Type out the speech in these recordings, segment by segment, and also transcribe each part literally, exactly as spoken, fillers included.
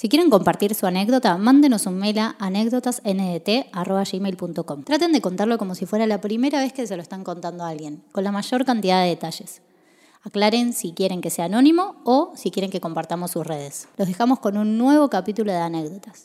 Si quieren compartir su anécdota, mándenos un mail a anécdotasndt arroba gmail punto com. Traten de contarlo como si fuera la primera vez que se lo están contando a alguien, con la mayor cantidad de detalles. Aclaren si quieren que sea anónimo o si quieren que compartamos sus redes. Los dejamos con un nuevo capítulo de anécdotas.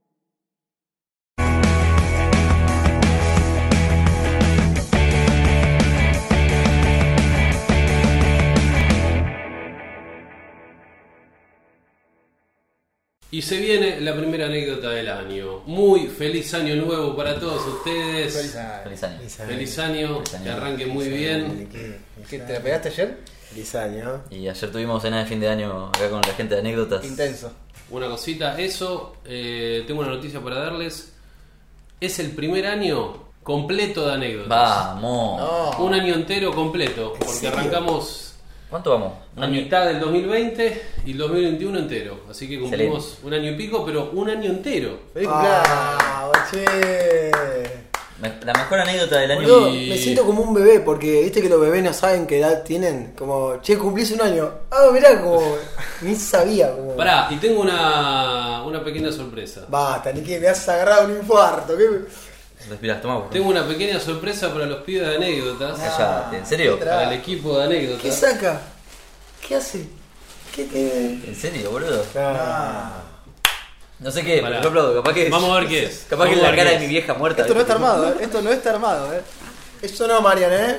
Y se viene la primera anécdota del año. Muy feliz año nuevo para todos ustedes. Feliz año. Feliz año. Feliz año, Feliz año. que arranque muy bien. ¿Qué, ¿Qué te la pegaste ayer? Feliz año. Y ayer tuvimos cena de fin de año acá con la gente de anécdotas. Intenso. Una cosita, eso, eh, tengo una noticia para darles. Es el primer año completo de anécdotas. Vamos. No. Un año entero completo, porque serio? arrancamos ¿Cuánto vamos? a mitad del dos mil veinte y el dos mil veintiuno entero. Así que cumplimos Excelente. un año y pico, pero un año entero. ¡Feliz cumpleaños! Ah, che. Me- La mejor anécdota del año. Boludo, Y- me siento como un bebé, porque viste que los bebés no saben qué edad tienen. Como, che, cumplís un año. Ah, mirá, como, ni sabía. Como... Pará, y tengo una, una pequeña sorpresa. Basta, ni que me has agarrado un infarto. ¿Qué? Respirás, tomá. Tengo una pequeña sorpresa para los pibes de anécdotas. Callate, ¿en serio? ¿qué Para el equipo de ¿Qué anécdotas. saca? ¿Qué hace? ¿Qué te.? ¿En serio, boludo? Ah. No sé qué, Pará. pero lo aplaudo. Capaz que Vamos a ver qué es. Capaz que Vamos es a la ver cara qué de mi es. vieja muerta. Esto no está ¿viste? armado, ¿eh? Esto no está armado, ¿eh? Eso no, Marian, ¿eh?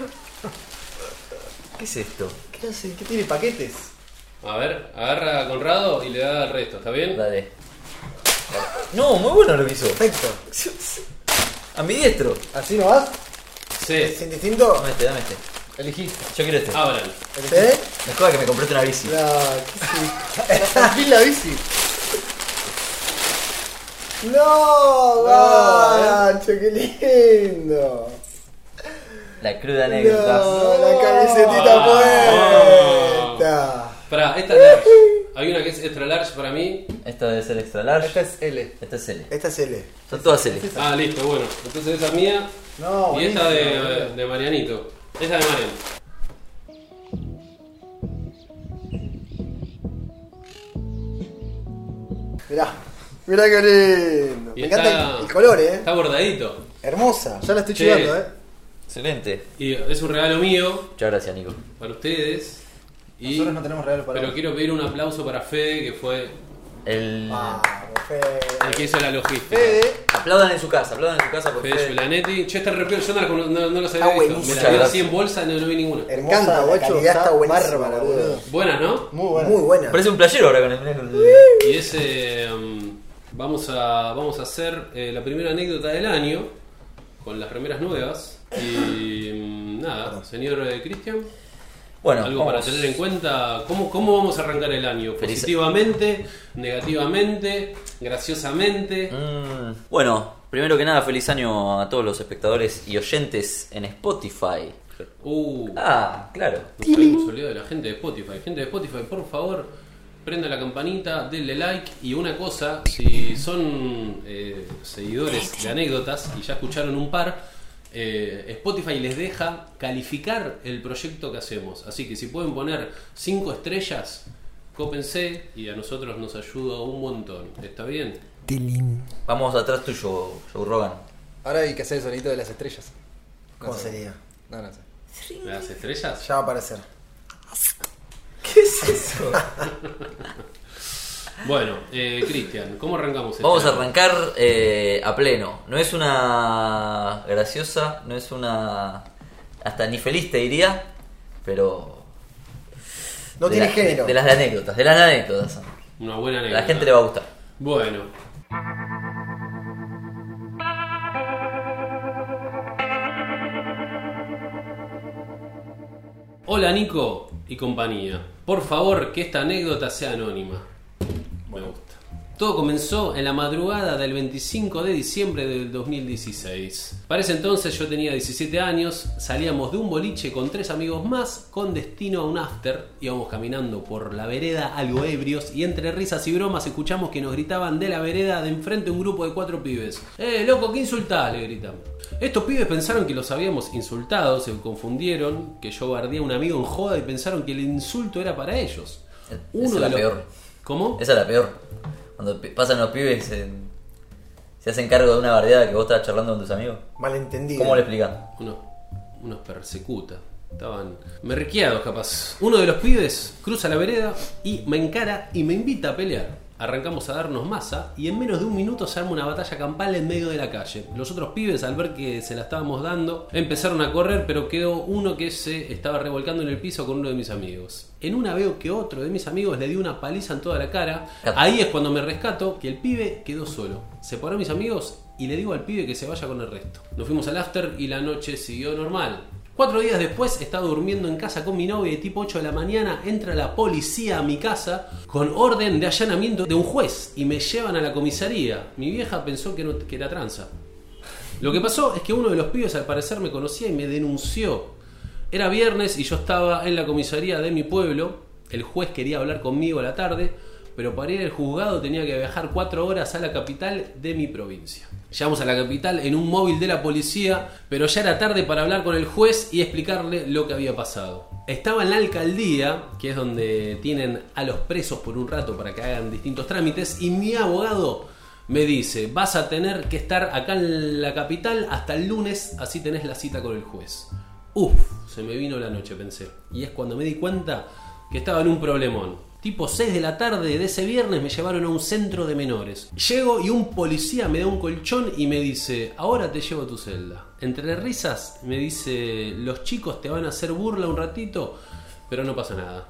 ¿Qué es esto? ¿Qué hace? ¿Qué tiene paquetes? A ver, agarra a Conrado y le da al resto, ¿está bien? Dale. No, muy bueno lo que hizo. Perfecto. A mi diestro. ¿Así no vas? Sí. ¿Sin distinto? Dame este, dame este. Elegí. Yo quiero este. Abran. ¿Sí? Me joda que me compraste una bici. No, ¿qué sí? Al fin la bici. ¡No! ¡Gacho, qué lindo! La cruda anécdota. No, la camisetita Ah. puesta. Pará, esta es large. Hay una que es extra large para mí. Esta debe ser extra large. Esta es L. Esta es L. Esta es L. Son todas L. Ah, listo, bueno. Entonces esa es mía. No, Y esta de, buenísimo. de Marianito. Esa de Marian. Mirá, mirá qué lindo. Y Me está- encanta el, el color, eh. Está bordadito. Hermosa. Ya la estoy Sí. chivando, ¿eh? Excelente. Y es un regalo mío Muchas gracias, Nico. para ustedes. Y, Nosotros no tenemos regalo para pero vos. quiero pedir un aplauso para Fede, que fue El... Vamos, Fede. el que hizo la logística. Fede. Aplaudan en su casa, aplaudan en su casa porque Fede Giulanetti. Che, está re piola, yo no, la cono- no, no los había Está visto. buenísimo. Me la vi Muchas así en bolsa y no, no vi ninguna. Hermosa, Me encanta, la guacho, calidad está está buenísima, bárbara, boludo. boludo. Buenas, ¿no? Muy bueno. Muy buena. Parece un playero ahora con el... Y ese um, vamos a vamos a hacer eh, la primera anécdota del año con las primeras nuevas. Y um, nada, señor eh, Cristian, Bueno, algo vamos. para tener en cuenta. ¿Cómo, ¿Cómo vamos a arrancar el año? Feliz- ¿Positivamente? ¿Negativamente? ¿Graciosamente? Mm, bueno, primero que nada, feliz año a todos los espectadores y oyentes en Spotify. Uh, Ah, claro. nos habíamos olvidado de la gente de Spotify. Gente de Spotify, por favor, prenda la campanita, denle like. Y una cosa, si son eh, seguidores de anécdotas y ya escucharon un par, eh, Spotify les deja calificar el proyecto que hacemos. Así que si pueden poner cinco estrellas, cópense y a nosotros nos ayuda un montón. ¿Está bien? Vamos atrás tuyo, Joe Rogan. Ahora hay que hacer el sonito de las estrellas. No ¿Cómo sé. sería? No, no sé. ¿Las estrellas? Ya va a aparecer. ¿Qué es eso? Bueno, eh, Cristian, ¿cómo arrancamos este Vamos a año? arrancar eh, a pleno. No es una graciosa, no es una... Hasta ni feliz te diría, pero... No de tiene la- género. De las de anécdotas, de las de anécdotas. Una buena A anécdota. la gente le va a gustar. Bueno. Hola Nico y compañía. Por favor, que esta anécdota sea anónima. Me gusta. Todo comenzó en la madrugada del veinticinco de diciembre del dos mil dieciséis. Para ese entonces yo tenía diecisiete años, salíamos de un boliche con tres amigos más con destino a un after. Íbamos caminando por la vereda algo ebrios y entre risas y bromas escuchamos que nos gritaban de la vereda de enfrente un grupo de cuatro pibes. ¡Eh, loco, qué insultás!, le gritan. Estos pibes pensaron que los habíamos insultado, se confundieron, que yo bardé a un amigo en joda y pensaron que el insulto era para ellos. Esa es la peor. ¿Cómo? Esa es la peor. Cuando pi- pasan los pibes se, se hacen cargo de una bardeada que vos estás charlando con tus amigos. Malentendido. ¿Cómo le explican? Unos, unos persecuta. Estaban merqueados capaz. Uno de los pibes cruza la vereda y me encara y me invita a pelear. Arrancamos a darnos masa y en menos de un minuto se arma una batalla campal en medio de la calle. Los otros pibes, al ver que se la estábamos dando, empezaron a correr, pero quedó uno que se estaba revolcando en el piso con uno de mis amigos. En una veo que otro de mis amigos le dio una paliza en toda la cara. Ahí es cuando me rescato que el pibe quedó solo. Separó a mis amigos y le digo al pibe que se vaya con el resto. Nos fuimos al after y la noche siguió normal. Cuatro días después estaba durmiendo en casa con mi novia y tipo ocho de la mañana entra la policía a mi casa con orden de allanamiento de un juez y me llevan a la comisaría. Mi vieja pensó que, no, que era tranza. Lo que pasó es que uno de los pibes al parecer me conocía y me denunció. Era viernes y yo estaba en la comisaría de mi pueblo. El juez quería hablar conmigo a la tarde, pero para ir al juzgado tenía que viajar cuatro horas a la capital de mi provincia. Llegamos a la capital en un móvil de la policía, pero ya era tarde para hablar con el juez y explicarle lo que había pasado. Estaba en la alcaldía, que es donde tienen a los presos por un rato para que hagan distintos trámites, y mi abogado me dice, vas a tener que estar acá en la capital hasta el lunes, así tenés la cita con el juez. Uf, se me vino la noche, pensé. Y es cuando me di cuenta que estaba en un problemón. Tipo seis de la tarde de ese viernes me llevaron a un centro de menores. Llego y un policía me da un colchón y me dice, ahora te llevo a tu celda. Entre risas me dice, los chicos te van a hacer burla un ratito, pero no pasa nada.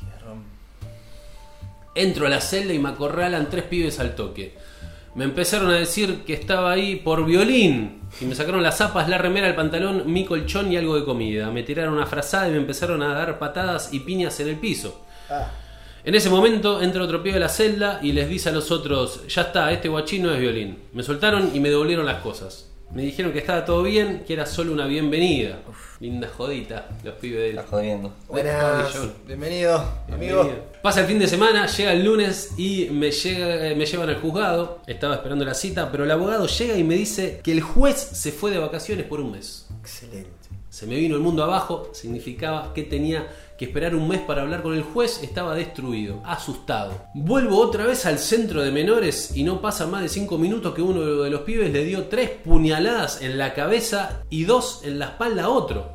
Entro a la celda y me acorralan tres pibes al toque. Me empezaron a decir que estaba ahí por violín. Y me sacaron las zapas, la remera, el pantalón, mi colchón y algo de comida. Me tiraron una frazada y me empezaron a dar patadas y piñas en el piso. Ah. En ese momento entra otro pibe a la celda y les dice a los otros, ya está, este guachín no es violín. Me soltaron y me devolvieron las cosas. Me dijeron que estaba todo bien, que era solo una bienvenida. Uf, linda jodita, los pibes de... Está jodiendo. Buenas, bienvenido, amigo. Bienvenido. Pasa el fin de semana, llega el lunes y me, llega, me llevan al juzgado. Estaba esperando la cita, pero el abogado llega y me dice que el juez se fue de vacaciones por un mes. Excelente. Se me vino el mundo abajo, significaba que tenía que esperar un mes para hablar con el juez. Estaba destruido, asustado. Vuelvo otra vez al centro de menores y no pasa más de cinco minutos que uno de los pibes le dio tres puñaladas en la cabeza y dos en la espalda a otro.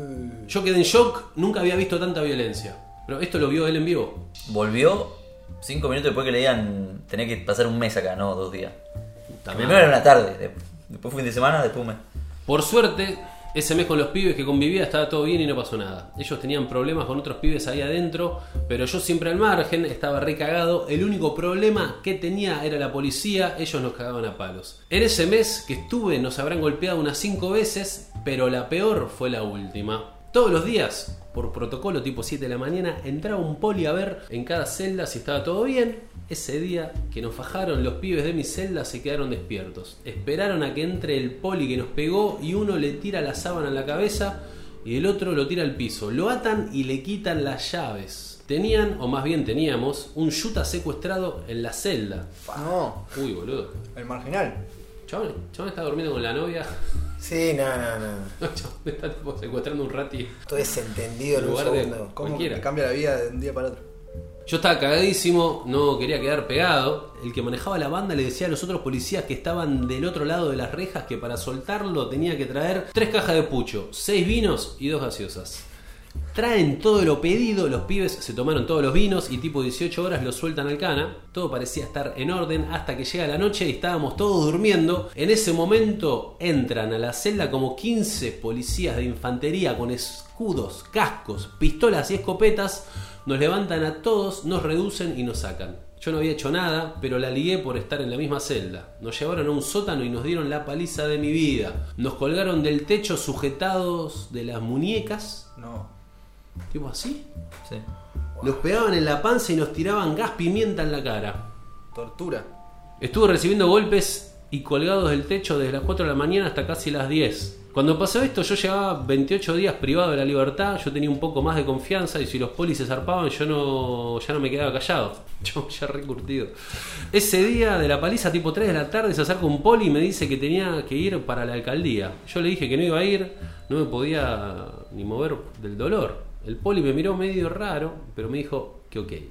Yo quedé en shock, nunca había visto tanta violencia. Pero esto lo vio él en vivo. Volvió cinco minutos después que le digan, tenés que pasar un mes acá, no dos días. Puta Primero madre. era una tarde, después fin de semana, después un mes. Por suerte, ese mes con los pibes que convivía estaba todo bien y no pasó nada. Ellos tenían problemas con otros pibes ahí adentro, pero yo siempre al margen, estaba recagado. El único problema que tenía era la policía, ellos nos cagaban a palos. En ese mes que estuve nos habrán golpeado unas cinco veces, pero la peor fue la última. Todos los días, por protocolo tipo siete de la mañana, entraba un poli a ver en cada celda si estaba todo bien. Ese día que nos fajaron, los pibes de mi celda se quedaron despiertos. Esperaron a que entre el poli que nos pegó y uno le tira la sábana en la cabeza y el otro lo tira al piso. Lo atan y le quitan las llaves. Tenían, o más bien teníamos, un yuta secuestrado en la celda. No, Uy, boludo. el marginal. Chabón, chabón está durmiendo con la novia. Sí, no, no, no. Chabón está tipo secuestrando un rati. Todo desentendido en un Lugar de- segundo. ¿Cómo Cualquiera. te cambia la vida de un día para otro? Yo estaba cagadísimo, no quería quedar pegado. El que manejaba la banda le decía a los otros policías que estaban del otro lado de las rejas que para soltarlo tenía que traer tres cajas de pucho, seis vinos y dos gaseosas. Traen todo lo pedido, los pibes se tomaron todos los vinos y tipo dieciocho horas los sueltan al cana. Todo parecía estar en orden hasta que llega la noche y estábamos todos durmiendo. En ese momento entran a la celda como quince policías de infantería con escudos, cascos, pistolas y escopetas. Nos levantan a todos, nos reducen y nos sacan. Yo no había hecho nada, pero la ligué por estar en la misma celda. Nos llevaron a un sótano y nos dieron la paliza de mi vida. Nos colgaron del techo sujetados de las muñecas. No. Tipo así. Sí. Nos pegaban en la panza y nos tiraban gas pimienta en la cara. Tortura. Estuve recibiendo golpes y colgados del techo desde las cuatro de la mañana hasta casi las diez. Cuando pasó esto yo llevaba veintiocho días privado de la libertad, yo tenía un poco más de confianza y si los polis se zarpaban yo no, ya no me quedaba callado. Yo ya recurtido. Ese día de la paliza tipo tres de la tarde se acerca un poli y me dice que tenía que ir para la alcaldía. Yo le dije que no iba a ir, no me podía ni mover del dolor. El poli me miró medio raro, pero me dijo que ok.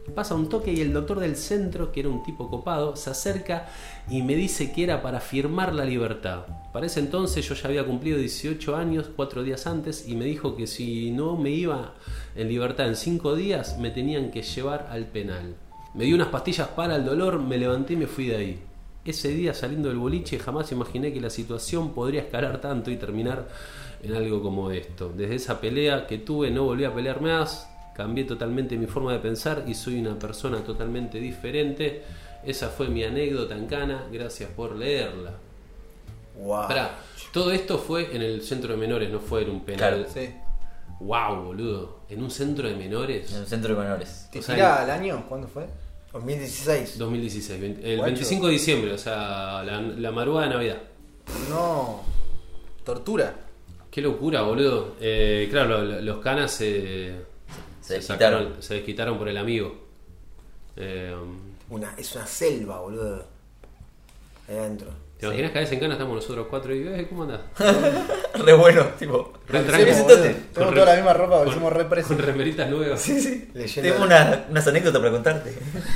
Pasa un toque y el doctor del centro, que era un tipo copado, se acerca y me dice que era para firmar la libertad. Para ese entonces yo ya había cumplido dieciocho años, cuatro días antes, y me dijo que si no me iba en libertad en cinco días, me tenían que llevar al penal. Me dio unas pastillas para el dolor, me levanté y me fui de ahí. Ese día, saliendo del boliche, jamás imaginé que la situación podría escalar tanto y terminar en algo como esto. Desde esa pelea que tuve no volví a pelear más, cambié totalmente mi forma de pensar y soy una persona totalmente diferente. Esa fue mi anécdota en Cana, gracias por leerla. Wow. Pará, todo esto fue en el centro de menores, no fue en un penal. Claro, Sí. Wow, boludo, en un centro de menores. En el centro de menores. ¿Te O sea, tira al año? ¿Cuándo fue? dos mil dieciséis. dos mil dieciséis, veinte el Guacho. veinticinco de diciembre, o sea, la, la madrugada de Navidad. No. Tortura. Qué locura, boludo. Eh, claro, lo- los canas se, Se desquitaron. sacaron, se desquitaron por el amigo. Eh, Una, es una selva, boludo. Ahí adentro. ¿Te imaginas que a veces en Cana estamos nosotros cuatro y eh, ¿cómo andás? Re bueno, tipo. Re Sí, tranqui, boludo. sentate. Tenemos Con toda re- la misma ropa, con- somos re presos. Con remeritas nuevas. Sí, sí. Leyendo. Tengo una, unas anécdotas para contarte.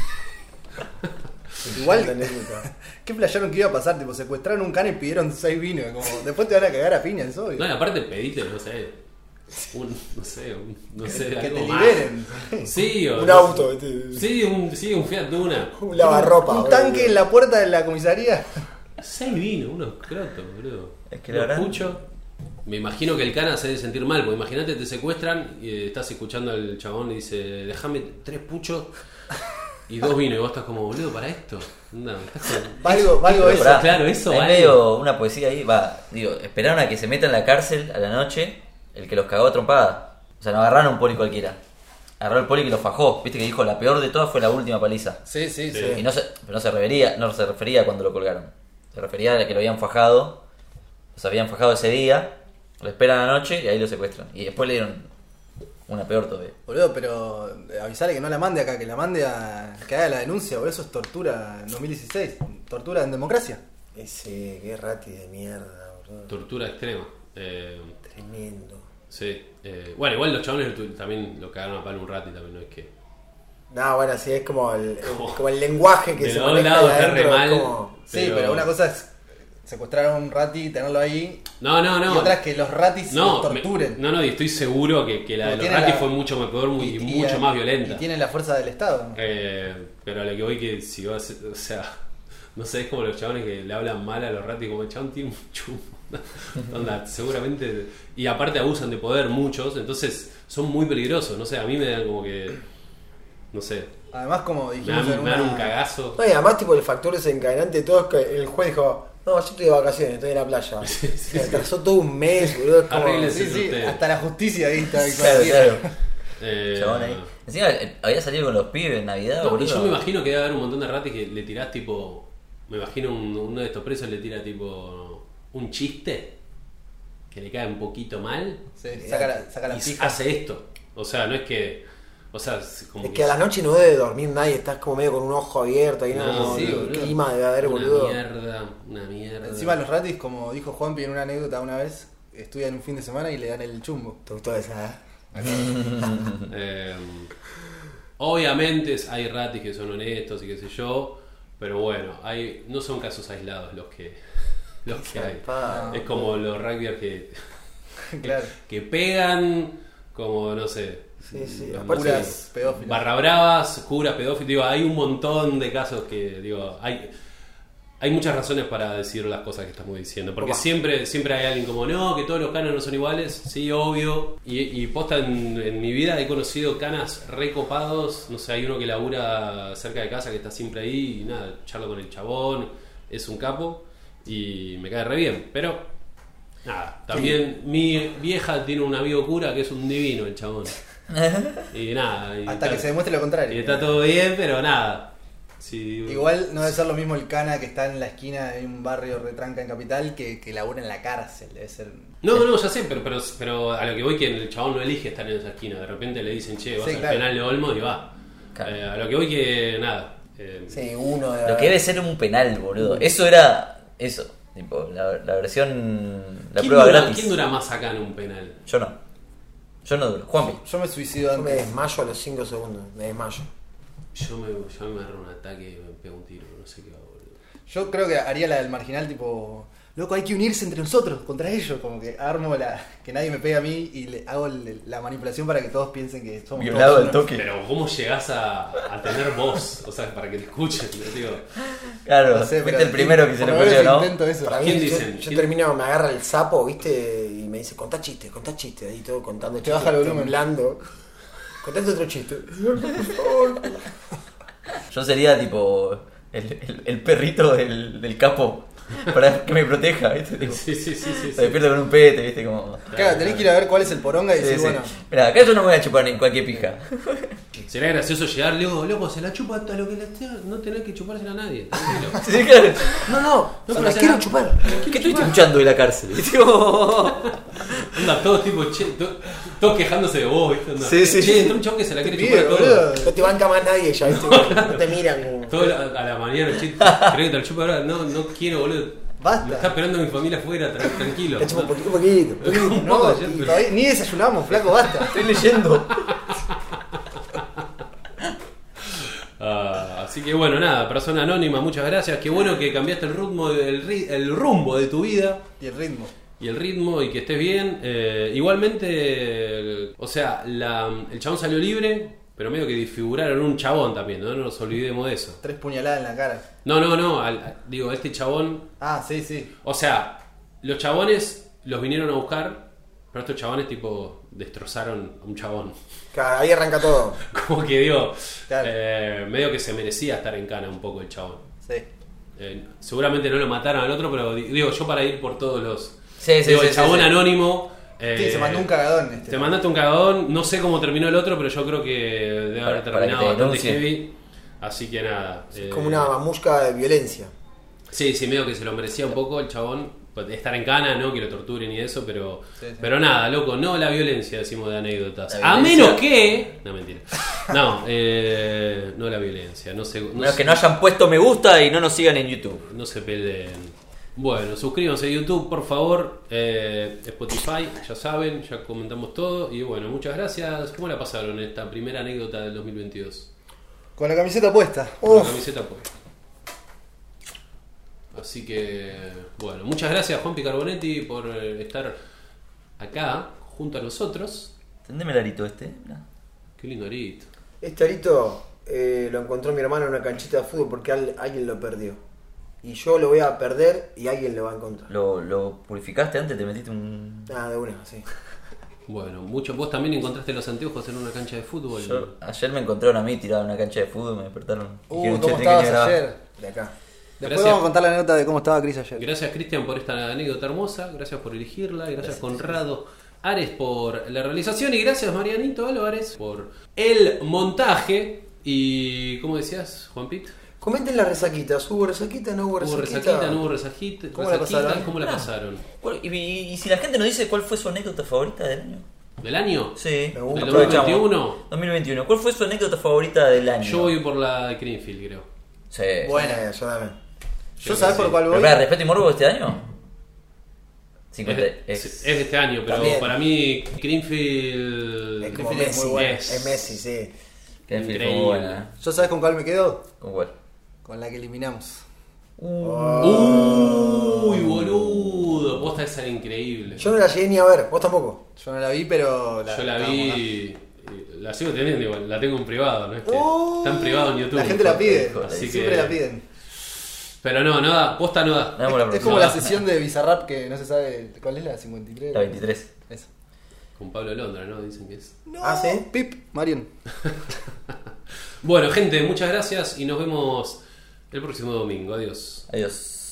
Igual, La anécdota. ¿qué playaron que iba a pasar? Tipo, secuestraron un cana y pidieron seis vinos. Como, después te van a cagar a piñas, obvio. No, y aparte pediste, no sé, un, no sé, un, no sé, que algo te más. liberen. Sí, o Un no auto, sé. este. Sí, un, sí, un Fiat Duna. Un lavarropa. Un boludo. tanque en la puerta de la comisaría. Seis vinos, unos crotos, boludo. Es que Lo la verdad- escucho. Me imagino que el cana se debe sentir mal, porque imagínate te secuestran y eh, estás escuchando al chabón y dice, déjame tres puchos y dos vinos. Y vos estás como, boludo, ¿para esto? No, estás con... Valgo, valgo Pero eso. pará, claro, eso hay vale. medio una poesía ahí. Va, digo, esperaron a que se meta en la cárcel a la noche el que los cagó a trompada. O sea, no agarraron a un poli cualquiera. Agarró al poli que los fajó. Viste que dijo, la peor de todas fue la última paliza. Sí, sí, sí. Sí. Y no se, pero no se refería, no se refería a cuando lo colgaron. Se refería a que lo habían fajado. Los habían fajado ese día. Lo esperan a la noche y ahí lo secuestran. Y después le dieron una peor todavía. Boludo, pero eh, avisale que no la mande acá, que la mande a. Que haga la denuncia, boludo. Eso es tortura en dos mil dieciséis. Tortura en democracia. Ese, qué rati de mierda, boludo. Tortura extrema. Eh, Tremendo. sí. Eh, bueno, igual los chabones tu- también lo cagaron a palo un rato y también no es que... No, bueno, sí, es como el, el- Como- como el lenguaje que de se dos maneja lados ahí está re adentro. es mal. como- Sí, Pero- pero una cosa es secuestrar a un rati y tenerlo ahí. No, no, no. Y otra es que los ratis no, los torturen. me- no, no, y estoy seguro que, que la de Como los tiene ratis la- fue mucho más peor muy, y, mucho y- más violenta. Y tienen la fuerza del Estado. Eh, pero a lo que voy que si vas, o sea, no sé, es como los chabones que le hablan mal a los ratis, como el chabón tiene un chumbo. Onda, seguramente. Y aparte abusan de poder muchos, entonces son muy peligrosos. No sé, a mí me dan como que. No sé, Además, como me dijimos en dan, me dan una- un cagazo. No, y además, tipo, el factor desencadenante de todo es que el juez dijo: No, yo estoy de vacaciones, estoy en la playa. Se atrasó todo un mes, boludo. Es como. Arréglense. Sí, sí, Ustedes. hasta la justicia ahí está. Claro, claro. Eh, Chabón ahí. Encima eh, había salido con los pibes en Navidad, no, y boludo. yo me imagino que debe haber un montón de ratis que le tirás tipo. Me imagino un- uno de estos presos le tira tipo un chiste que le cae un poquito mal Sí, saca la, saca la y pija. hace esto. O sea, no es que. O sea, es como Es que a la noche no debe dormir nadie, estás como medio con un ojo abierto ahí, ¿no? No, Como sí, el boludo. clima debe haber, una boludo. mierda, una mierda. Encima los ratis, como dijo Juanpi en una anécdota una vez, estudian un fin de semana y le dan el chumbo. ¿Te gustó esa, eh? Eh, obviamente hay ratis que son honestos y qué sé yo, pero bueno, hay no son casos aislados los que los que hay. Pa. Es como los rugbyers que, Claro. que pegan, como no sé, Sí, sí. los Aparte, Puras pedófilas. barra bravas, curas, pedófilos, digo, hay un montón de casos que digo, hay hay muchas razones para decir las cosas que estamos diciendo, porque Opa. siempre siempre hay alguien como, no, que todos los canas no son iguales, sí, obvio, y, y posta en, en mi vida he conocido canas recopados, no sé, hay uno que labura cerca de casa que está siempre ahí, y nada, charlo con el chabón, es un capo, y me cae re bien, pero nada, también mi vieja tiene un amigo cura que es un divino el chabón, y nada, y Hasta está- que se demuestre lo y contrario. está todo bien, pero nada. Sí, Igual no debe ser lo mismo el cana que está en la esquina de un barrio retranca en Capital que, que labura en la cárcel. Debe ser. No, no, ya sé, pero, pero, pero a lo que voy que el chabón no elige estar en esa esquina. De repente le dicen, che, vas Sí, al claro. penal de Olmo y va. Claro. Eh, a lo que voy que nada. eh, Sí, uno de Lo que debe ser un penal, boludo. Eso era. Eso. Tipo, la, la versión. La ¿quién, prueba dura, gratis. ¿Quién dura más acá en un penal? Yo no. Yo no duro. Juanpi. Yo me suicido Yo me antes. desmayo a los cinco segundos, me desmayo. Yo me, yo me agarro un ataque y me pego un tiro, no sé qué va, boludo. Yo creo que haría la del marginal, tipo, loco, hay que unirse entre nosotros contra ellos. Como que armo la. Que nadie me pegue a mí y le hago el- la manipulación para que todos piensen que somos Violado todos al uno. toque. Pero ¿cómo llegás a, a tener voz? O sea, para que te escuchen, ¿no? Digo, Claro, No sé, fuiste pero el primero que se por le lo menos ocurrió, ¿no? intento eso. Para mí, ¿Quién yo, dicen? yo ¿Quién? termino, me agarra el sapo, ¿viste? Y me dice, contá chistes, contá chistes. Ahí todo contando Te chistes. baja el volumen. temblando. Contate otro chiste. Señor, por favor. Yo sería tipo el, el, el perrito del, del capo para que me proteja, ¿viste? Tipo, sí, sí, sí, sí. se sí. despierta con un pete, ¿viste? Como... Claro, tenés que ir a ver cuál es el poronga y Sí, decir, sí. bueno. Mira, acá yo no me voy a chupar en cualquier pija. Sería gracioso llegar, loco, loco, se la chupa hasta lo que le sea, no tenés que chupársela a nadie, tranquilo. Sí, claro. No, no, No, se pero la se quiero la- chupar. ¿Qué estuviste escuchando de la cárcel? Tipo... Onda, todos tipo, che, to- todos quejándose de vos, ¿viste? Onda, Sí, sí. Che, entró un chabón que se la quiere Pibe, chupar a boludo. todos. No te banca más nadie ya, ¿viste? No te miran como. Todo la- a la mañana, che, ¿crees que te la chupa ahora? No, no quiero, boludo. Basta. Me está esperando mi familia afuera, tra- tranquilo. Te chupo un poquito, un poquito. Un No, poco y ayer, pero- todavía ni desayunamos, flaco, basta. Estoy leyendo. Ah, así que bueno, nada, persona anónima, muchas gracias. Qué bueno que cambiaste el ritmo, el, ri- el rumbo de tu vida Y el ritmo. y el ritmo y que estés bien. Eh, igualmente, el- o sea, la- el chabón salió libre, pero medio que disfiguraron un chabón también, ¿no? No nos olvidemos de eso. Tres puñaladas en la cara. No, no, no, al- digo, este chabón, Ah, sí, sí. o sea, los chabones los vinieron a buscar, pero estos chabones tipo destrozaron a un chabón. Claro, ahí arranca todo. Como que digo, Claro. eh, medio que se merecía estar en cana un poco el chabón. Sí. Eh, seguramente no lo mataron al otro, pero di- digo, yo para ir por todos los... Sí, sí, digo, sí, el sí, chabón sí. anónimo... eh, Sí, se mandó un cagadón este. Te mandaste un cagadón, no sé cómo terminó el otro, pero yo creo que debe haber Para- para que terminado te bastante denuncie. heavy. Así que nada. Es eh, como una mamusca de violencia. Sí, sí, medio que se lo merecía un poco el chabón. Pues, estar en cana, no que lo torturen y eso, pero Sí, sí. pero nada, loco, no la violencia, decimos de anécdotas. La A violencia. menos que... No, mentira. No, eh, no la violencia. No se, no Menos se- que no hayan puesto me gusta y no nos sigan en YouTube. no se peleen. Bueno, suscríbanse a YouTube, por favor. Eh, Spotify, ya saben, ya comentamos todo. Y bueno, muchas gracias. ¿Cómo la pasaron esta primera anécdota del dos mil veintidós? Con la camiseta puesta. Con la Uf. camiseta puesta. Así que, bueno, muchas gracias Juan Picarbonetti por eh, estar acá junto a nosotros. Entendeme el arito este. Mirá. Qué lindo arito. Este arito eh, lo encontró mi hermano en una canchita de fútbol porque al- alguien lo perdió. Y yo lo voy a perder y alguien lo va a encontrar. ¿Lo, lo purificaste antes? ¿Te metiste un...? Ah, de una, sí. Bueno, mucho. ¿Vos también encontraste los anteojos en una cancha de fútbol? Yo- ayer me encontraron a mí tirado en una cancha de fútbol, me despertaron. Uh, Dijeron, ¿cómo "Che, tenés que estabas grabar". ayer? De acá. Después Gracias. vamos a contar la anécdota de cómo estaba Chris ayer. Gracias Cristian por esta anécdota hermosa, gracias por elegirla, gracias, Conrado Ares por la realización y gracias Marianito Álvarez por el montaje y ¿cómo decías, Juan Pit? Comenten las resaquitas. ¿Hubo resaquita? ¿No hubo ¿Hubo resaquita? resaquita? ¿No hubo resajita? ¿Cómo la resaquita? pasaron? ¿Cómo la Ah. pasaron? ¿Cuál- Y, y- y si la gente nos dice cuál fue su anécdota favorita del año. ¿Del año? Sí, Me gusta. ¿Del aprovechamos. dos mil veintiuno? dos mil veintiuno. ¿Cuál fue su anécdota favorita del año? Yo voy por la de Greenfield, creo. Sí. Bueno. Eh, yo también. ¿Yo Creo sabes que por sí. cuál ¿Pero voy? para respeto y morbo este año? cincuenta. Es, Es, es de este año, pero También. para mí Greenfield Es como Greenfield es Messi. muy buena. Es- Es Messi, sí. que fue increíble. buena, ¿eh? ¿Yo sabes con cuál me quedo? ¿Con cuál? Con la que eliminamos. Uy, boludo, posta esa era increíble. Yo no la llegué ni a ver. ¿Vos tampoco? Yo no la vi, pero la, Yo la estábamos acá. vi, y la sigo teniendo igual, la tengo en privado, ¿no? Es que Uh, está en privado en YouTube. La gente la pide, Así siempre que- la piden. Pero no, no da, posta no da. Damos la Es próxima. como la sesión de Bizarrap que no se sabe cuál es la cincuenta y tres. La veintitrés. Eso. Con Pablo Londra, ¿no? Dicen que es. No, Ah, ¿sí? Pip, Marion. Bueno, gente, muchas gracias y nos vemos el próximo domingo. Adiós. Adiós.